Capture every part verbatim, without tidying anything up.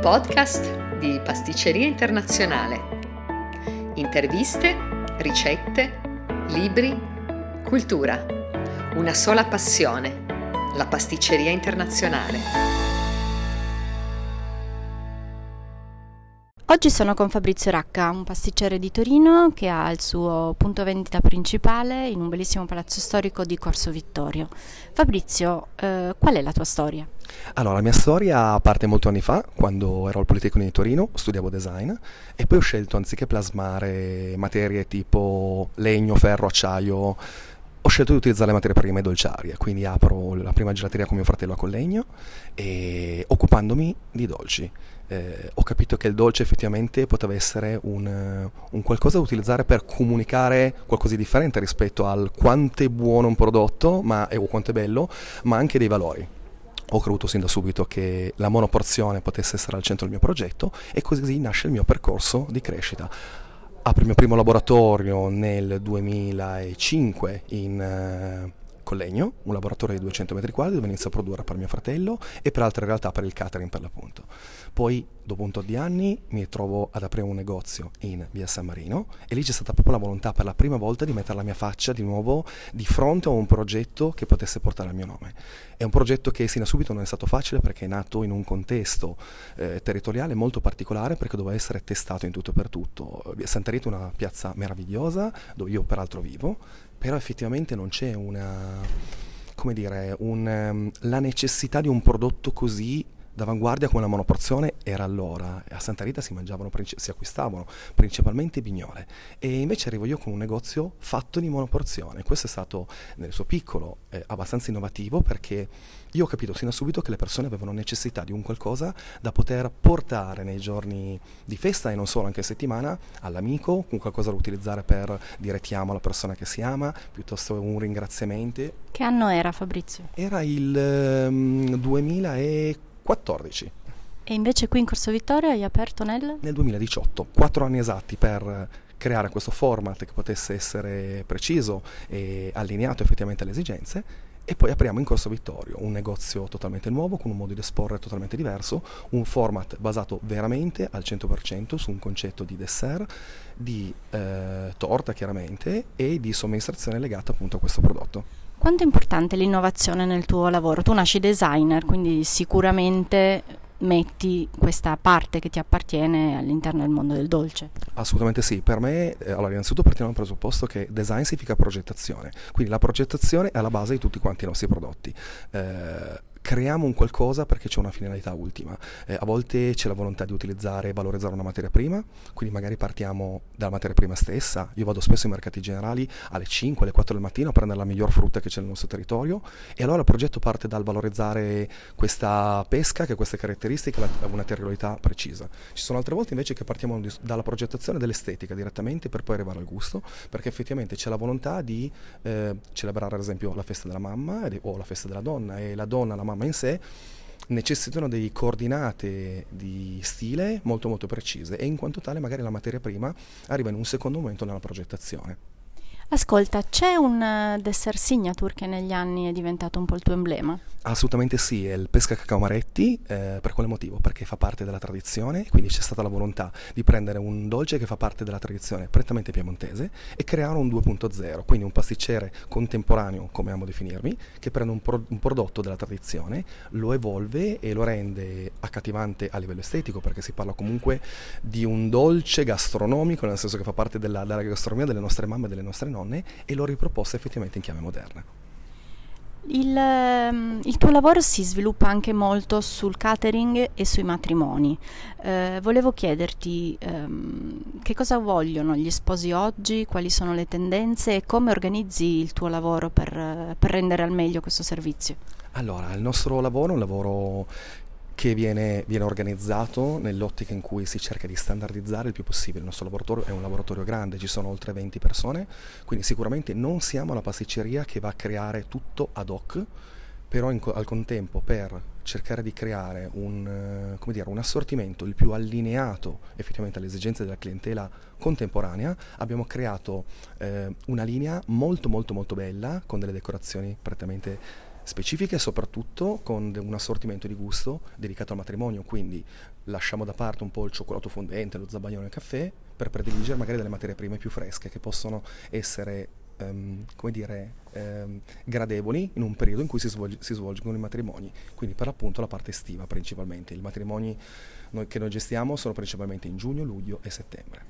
podcast di Pasticceria Internazionale. Interviste, ricette, libri, cultura. Una sola passione, la Pasticceria Internazionale. Oggi sono con Fabrizio Racca, un pasticcere di Torino che ha il suo punto vendita principale in un bellissimo palazzo storico di Corso Vittorio. Fabrizio, eh, qual è la tua storia? Allora, la mia storia parte molti anni fa, quando ero al Politecnico di Torino, studiavo design e poi ho scelto, anziché plasmare materie tipo legno, ferro, acciaio, ho scelto di utilizzare le materie prime dolciarie, quindi apro la prima gelateria con mio fratello a Collegno e occupandomi di dolci. Eh, ho capito che il dolce effettivamente poteva essere un, un qualcosa da utilizzare per comunicare qualcosa di differente rispetto al quanto è buono un prodotto ma, o quanto è bello, ma anche dei valori. Ho creduto sin da subito che la monoporzione potesse essere al centro del mio progetto e così nasce il mio percorso di crescita. Apro il mio primo laboratorio nel duemilacinque in uh, Collegno, un laboratorio di duecento metri quadri dove inizio a produrre per mio fratello e per altre realtà per il catering per l'appunto. Poi dopo un tot di anni mi trovo ad aprire un negozio in via San Marino e lì c'è stata proprio la volontà per la prima volta di mettere la mia faccia di nuovo di fronte a un progetto che potesse portare il mio nome. È un progetto che sin da subito non è stato facile perché è nato in un contesto eh, territoriale molto particolare perché doveva essere testato in tutto e per tutto. Via Santa Rita è una piazza meravigliosa dove io peraltro vivo, però effettivamente non c'è una, come dire, un, um, la necessità di un prodotto così d'avanguardia come la monoporzione era allora. A Santa Rita si mangiavano, si acquistavano principalmente bignole e invece arrivo io con un negozio fatto di monoporzione. Questo è stato nel suo piccolo eh, abbastanza innovativo perché io ho capito sin da subito che le persone avevano necessità di un qualcosa da poter portare nei giorni di festa e non solo, anche settimana, all'amico, con qualcosa da utilizzare per dire ti amo alla persona che si ama, piuttosto un ringraziamento. Che anno era, Fabrizio? Era il um, duemilaquattordici. E invece qui in Corso Vittorio hai aperto nel? Nel duemiladiciotto, quattro anni esatti per creare questo format che potesse essere preciso e allineato effettivamente alle esigenze. E poi apriamo in Corso Vittorio un negozio totalmente nuovo, con un modo di esporre totalmente diverso, un format basato veramente al cento per cento su un concetto di dessert, di eh, torta chiaramente e di somministrazione legata appunto a questo prodotto. Quanto è importante l'innovazione nel tuo lavoro? Tu nasci designer, quindi sicuramente metti questa parte che ti appartiene all'interno del mondo del dolce. Assolutamente sì, per me, eh, allora innanzitutto partiamo dal presupposto che design significa progettazione, quindi la progettazione è alla base di tutti quanti i nostri prodotti. Eh, Creiamo un qualcosa perché c'è una finalità ultima. Eh, a volte c'è la volontà di utilizzare e valorizzare una materia prima, quindi magari partiamo dalla materia prima stessa. Io vado spesso ai mercati generali alle cinque, alle quattro del mattino a prendere la miglior frutta che c'è nel nostro territorio e allora il progetto parte dal valorizzare questa pesca che ha queste caratteristiche, la materialità precisa. Ci sono altre volte invece che partiamo di, dalla progettazione dell'estetica direttamente per poi arrivare al gusto, perché effettivamente c'è la volontà di eh, celebrare ad esempio la festa della mamma o la festa della donna e la donna, la mamma in sé necessitano delle coordinate di stile molto molto precise e in quanto tale magari la materia prima arriva in un secondo momento nella progettazione. Ascolta, c'è un dessert signature che negli anni è diventato un po' il tuo emblema? Assolutamente sì, è il pesca cacao amaretti. Eh, per quale motivo? Perché fa parte della tradizione, quindi c'è stata la volontà di prendere un dolce che fa parte della tradizione prettamente piemontese e creare un due punto zero, quindi un pasticcere contemporaneo, come amo definirmi, che prende un, pro- un prodotto della tradizione, lo evolve e lo rende accattivante a livello estetico, perché si parla comunque di un dolce gastronomico, nel senso che fa parte della, della gastronomia delle nostre mamme e delle nostre nonne, e l'ho riproposta effettivamente in chiave moderna. Il, il tuo lavoro si sviluppa anche molto sul catering e sui matrimoni. Eh, volevo chiederti ehm, che cosa vogliono gli sposi oggi, quali sono le tendenze e come organizzi il tuo lavoro per, per rendere al meglio questo servizio. Allora, il nostro lavoro è un lavoro che viene, viene organizzato nell'ottica in cui si cerca di standardizzare il più possibile. Il nostro laboratorio è un laboratorio grande, ci sono oltre venti persone, quindi sicuramente non siamo una pasticceria che va a creare tutto ad hoc, però in, al contempo per cercare di creare un, come dire, un assortimento il più allineato effettivamente alle esigenze della clientela contemporanea, abbiamo creato eh, una linea molto molto molto bella con delle decorazioni prettamente specifiche e soprattutto con un assortimento di gusto dedicato al matrimonio, quindi lasciamo da parte un po' il cioccolato fondente, lo zabaione e il caffè per prediligere magari delle materie prime più fresche che possono essere um, come dire um, gradevoli in un periodo in cui si, svolg- si svolgono i matrimoni, quindi per l'appunto la parte estiva principalmente. I matrimoni noi, che noi gestiamo sono principalmente in giugno, luglio e settembre,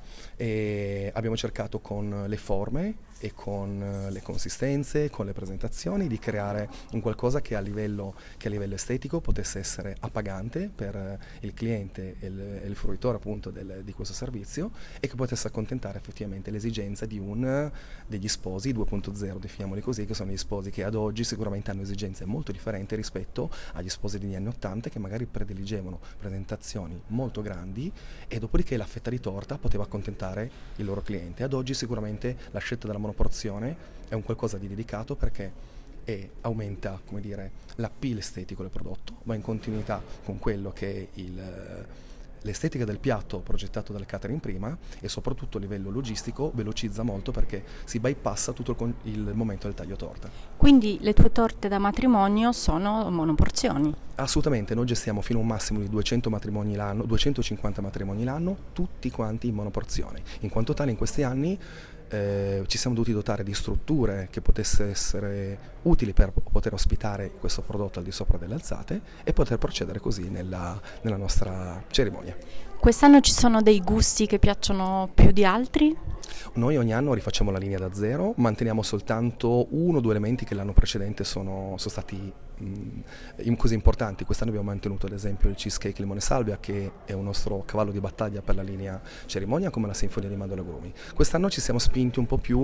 e abbiamo cercato con le forme e con le consistenze, con le presentazioni, di creare un qualcosa che a livello, che a livello estetico potesse essere appagante per il cliente e il, e il fruitore appunto del, di questo servizio, e che potesse accontentare effettivamente l'esigenza di un degli sposi due punto zero, definiamoli così, che sono gli sposi che ad oggi sicuramente hanno esigenze molto differenti rispetto agli sposi degli anni ottanta, che magari prediligevano presentazioni molto grandi e dopodiché la fetta di torta poteva accontentare il loro cliente. Ad oggi sicuramente la scelta della monoporzione è un qualcosa di dedicato, perché e aumenta, come dire, l'appeal estetico del prodotto, va in continuità con quello che è il, l'estetica del piatto progettato dal catering prima, e soprattutto a livello logistico velocizza molto perché si bypassa tutto il, con- il momento del taglio torta. Quindi le tue torte da matrimonio sono monoporzioni? Assolutamente, noi gestiamo fino a un massimo di duecento matrimoni l'anno, duecentocinquanta matrimoni l'anno, tutti quanti in monoporzione. In quanto tale in questi anni Eh, ci siamo dovuti dotare di strutture che potessero essere utili per poter ospitare questo prodotto al di sopra delle alzate e poter procedere così nella, nella nostra cerimonia. Quest'anno ci sono dei gusti che piacciono più di altri? Noi ogni anno rifacciamo la linea da zero, manteniamo soltanto uno o due elementi che l'anno precedente sono, sono stati mh, così importanti. Quest'anno abbiamo mantenuto ad esempio il cheesecake limone salvia, che è un nostro cavallo di battaglia per la linea cerimonia, come la sinfonia di mandorle agrumi. Quest'anno ci siamo spinti un po' più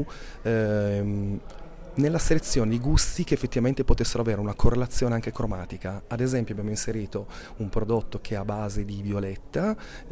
ehm, nella selezione di gusti che effettivamente potessero avere una correlazione anche cromatica. Ad esempio abbiamo inserito un prodotto che è a base di violetta,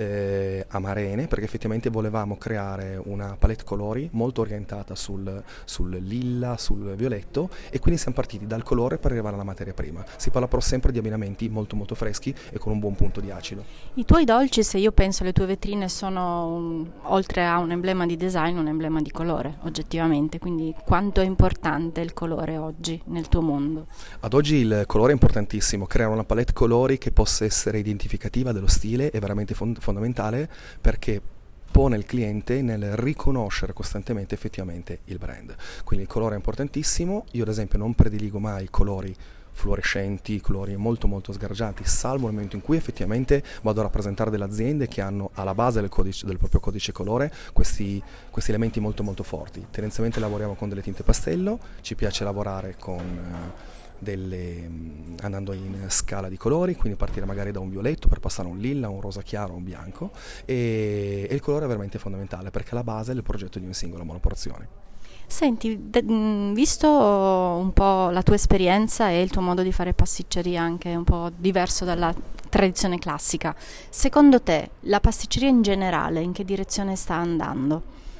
eh, amarene, perché effettivamente volevamo creare una palette colori molto orientata sul, sul lilla, sul violetto, e quindi siamo partiti dal colore per arrivare alla materia prima. Si parla però sempre di abbinamenti molto molto freschi e con un buon punto di acido. I tuoi dolci, se io penso alle tue vetrine, sono un, oltre a un emblema di design, un emblema di colore oggettivamente, quindi quanto è importante il colore oggi nel tuo mondo? Ad oggi il colore è importantissimo, creare una palette colori che possa essere identificativa dello stile è veramente fond- fondamentale, perché pone il cliente nel riconoscere costantemente effettivamente il brand. Quindi il colore è importantissimo. Io ad esempio non prediligo mai colori fluorescenti, colori molto molto sgargianti, salvo nel momento in cui effettivamente vado a rappresentare delle aziende che hanno alla base del, codice, del proprio codice colore questi, questi elementi molto molto forti. Tendenzialmente lavoriamo con delle tinte pastello, ci piace lavorare con uh, delle, um, andando in scala di colori, quindi partire magari da un violetto per passare a un lilla, un rosa chiaro, un bianco, e, e il colore è veramente fondamentale perché è la base del progetto di una singola monoporzione. Senti, de- visto un po' la tua esperienza e il tuo modo di fare pasticceria anche un po' diverso dalla tradizione classica, secondo te la pasticceria in generale in che direzione sta andando?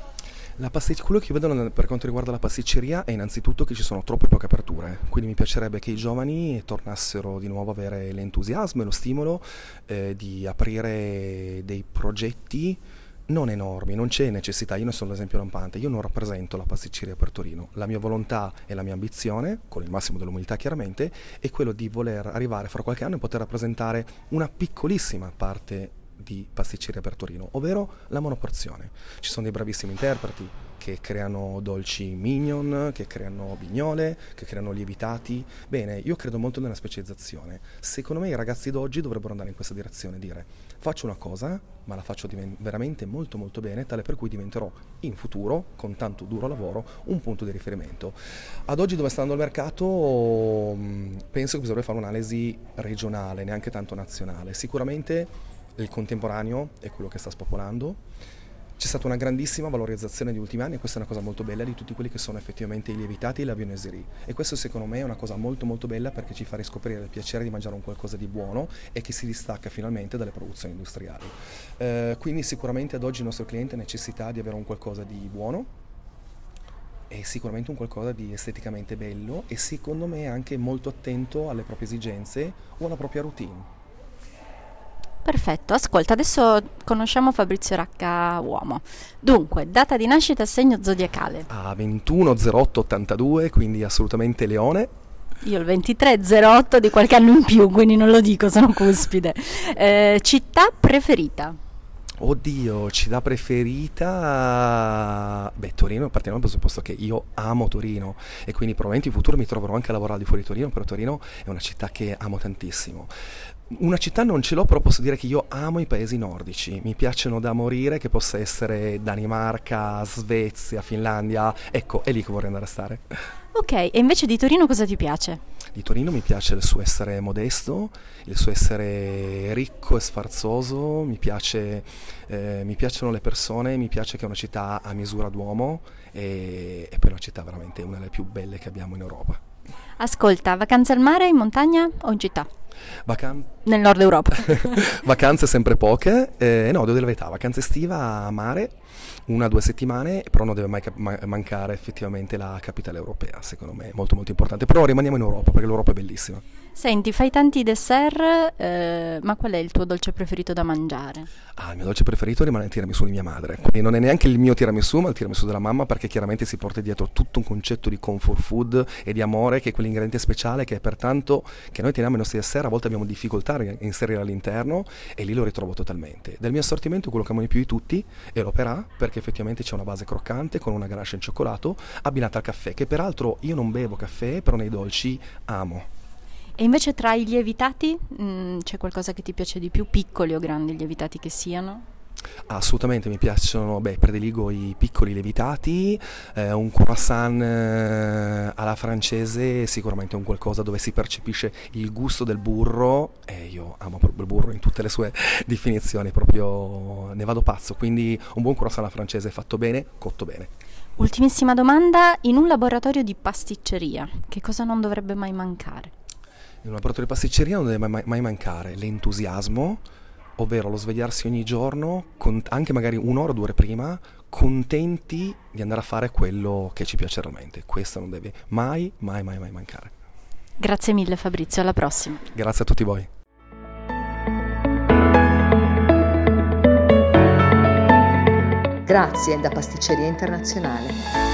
La pastic- quello che io vedo per quanto riguarda la pasticceria è innanzitutto che ci sono troppe poche aperture, quindi mi piacerebbe che i giovani tornassero di nuovo a avere l'entusiasmo e lo stimolo eh, di aprire dei progetti non enormi. Non c'è necessità, io ne sono l'esempio lampante, io non rappresento la pasticceria per Torino, la mia volontà e la mia ambizione, con il massimo dell'umiltà chiaramente, è quello di voler arrivare fra qualche anno e poter rappresentare una piccolissima parte di pasticceria per Torino, ovvero la monoporzione. Ci sono dei bravissimi interpreti che creano dolci mignon, che creano bignole, che creano lievitati. Bene, io credo molto nella specializzazione. Secondo me i ragazzi d'oggi dovrebbero andare in questa direzione, dire faccio una cosa, ma la faccio diven- veramente molto molto bene, tale per cui diventerò in futuro, con tanto duro lavoro, un punto di riferimento. Ad oggi dove sta andando il mercato, penso che bisognerebbe fare un'analisi regionale, neanche tanto nazionale. Sicuramente il contemporaneo è quello che sta spopolando. C'è stata una grandissima valorizzazione negli ultimi anni, e questa è una cosa molto bella, di tutti quelli che sono effettivamente i lievitati e la viennoiserie, e questo secondo me è una cosa molto molto bella perché ci fa riscoprire il piacere di mangiare un qualcosa di buono e che si distacca finalmente dalle produzioni industriali. Eh, quindi sicuramente ad oggi il nostro cliente ha necessità di avere un qualcosa di buono e sicuramente un qualcosa di esteticamente bello, e secondo me anche molto attento alle proprie esigenze o alla propria routine. Perfetto, ascolta, adesso conosciamo Fabrizio Racca uomo. Dunque, data di nascita, segno zodiacale. A ventuno zero otto ottantadue, quindi assolutamente Leone. Io il ventitré zero otto di qualche anno in più, quindi non lo dico, sono cuspide. Eh, città preferita? Oddio, città preferita? Beh, Torino, partiamo dal presupposto che io amo Torino e quindi probabilmente in futuro mi troverò anche a lavorare al di fuori di Torino, però Torino è una città che amo tantissimo. Una città non ce l'ho, però posso dire che io amo i paesi nordici, mi piacciono da morire, che possa essere Danimarca, Svezia, Finlandia, ecco, è lì che vorrei andare a stare. Ok, e invece di Torino cosa ti piace? Di Torino mi piace il suo essere modesto, il suo essere ricco e sfarzoso, mi piace, eh, mi piacciono le persone, mi piace che è una città a misura d'uomo e, e poi è una città veramente una delle più belle che abbiamo in Europa. Ascolta, vacanze al mare, in montagna o in città? Vacan- Nel nord Europa. Vacanze sempre poche, eh, no, devo dire la verità, vacanze estiva a mare, una o due settimane, però non deve mai cap- ma- mancare effettivamente la capitale europea, secondo me è molto molto importante, però rimaniamo in Europa perché l'Europa è bellissima. Senti, fai tanti dessert, eh, ma qual è il tuo dolce preferito da mangiare? Ah, il mio dolce preferito rimane il tiramisù di mia madre, quindi non è neanche il mio tiramisù, ma il tiramisù della mamma, perché chiaramente si porta dietro tutto un concetto di comfort food e di amore, che è quell'ingrediente speciale che è pertanto che noi teniamo i nostri dessert, a volte abbiamo difficoltà a inserire all'interno e lì lo ritrovo totalmente. Del mio assortimento quello che amo di più di tutti è l'Opéra, perché effettivamente c'è una base croccante con una ganache in cioccolato abbinata al caffè, che peraltro io non bevo caffè, però nei dolci amo. E invece tra i lievitati mh, c'è qualcosa che ti piace di più, piccoli o grandi lievitati che siano? Assolutamente mi piacciono, beh, prediligo i piccoli lievitati, eh, un croissant eh, alla francese è sicuramente un qualcosa dove si percepisce il gusto del burro e io amo proprio il burro in tutte le sue definizioni, proprio ne vado pazzo, quindi un buon croissant alla francese fatto bene, cotto bene. Ultimissima domanda, in un laboratorio di pasticceria, che cosa non dovrebbe mai mancare? In un laboratorio di pasticceria non deve mai, mai mancare l'entusiasmo, ovvero lo svegliarsi ogni giorno, con, anche magari un'ora o due ore prima, contenti di andare a fare quello che ci piace realmente. Questo non deve mai, mai, mai, mai mancare. Grazie mille Fabrizio, alla prossima. Grazie a tutti voi. Grazie da Pasticceria Internazionale.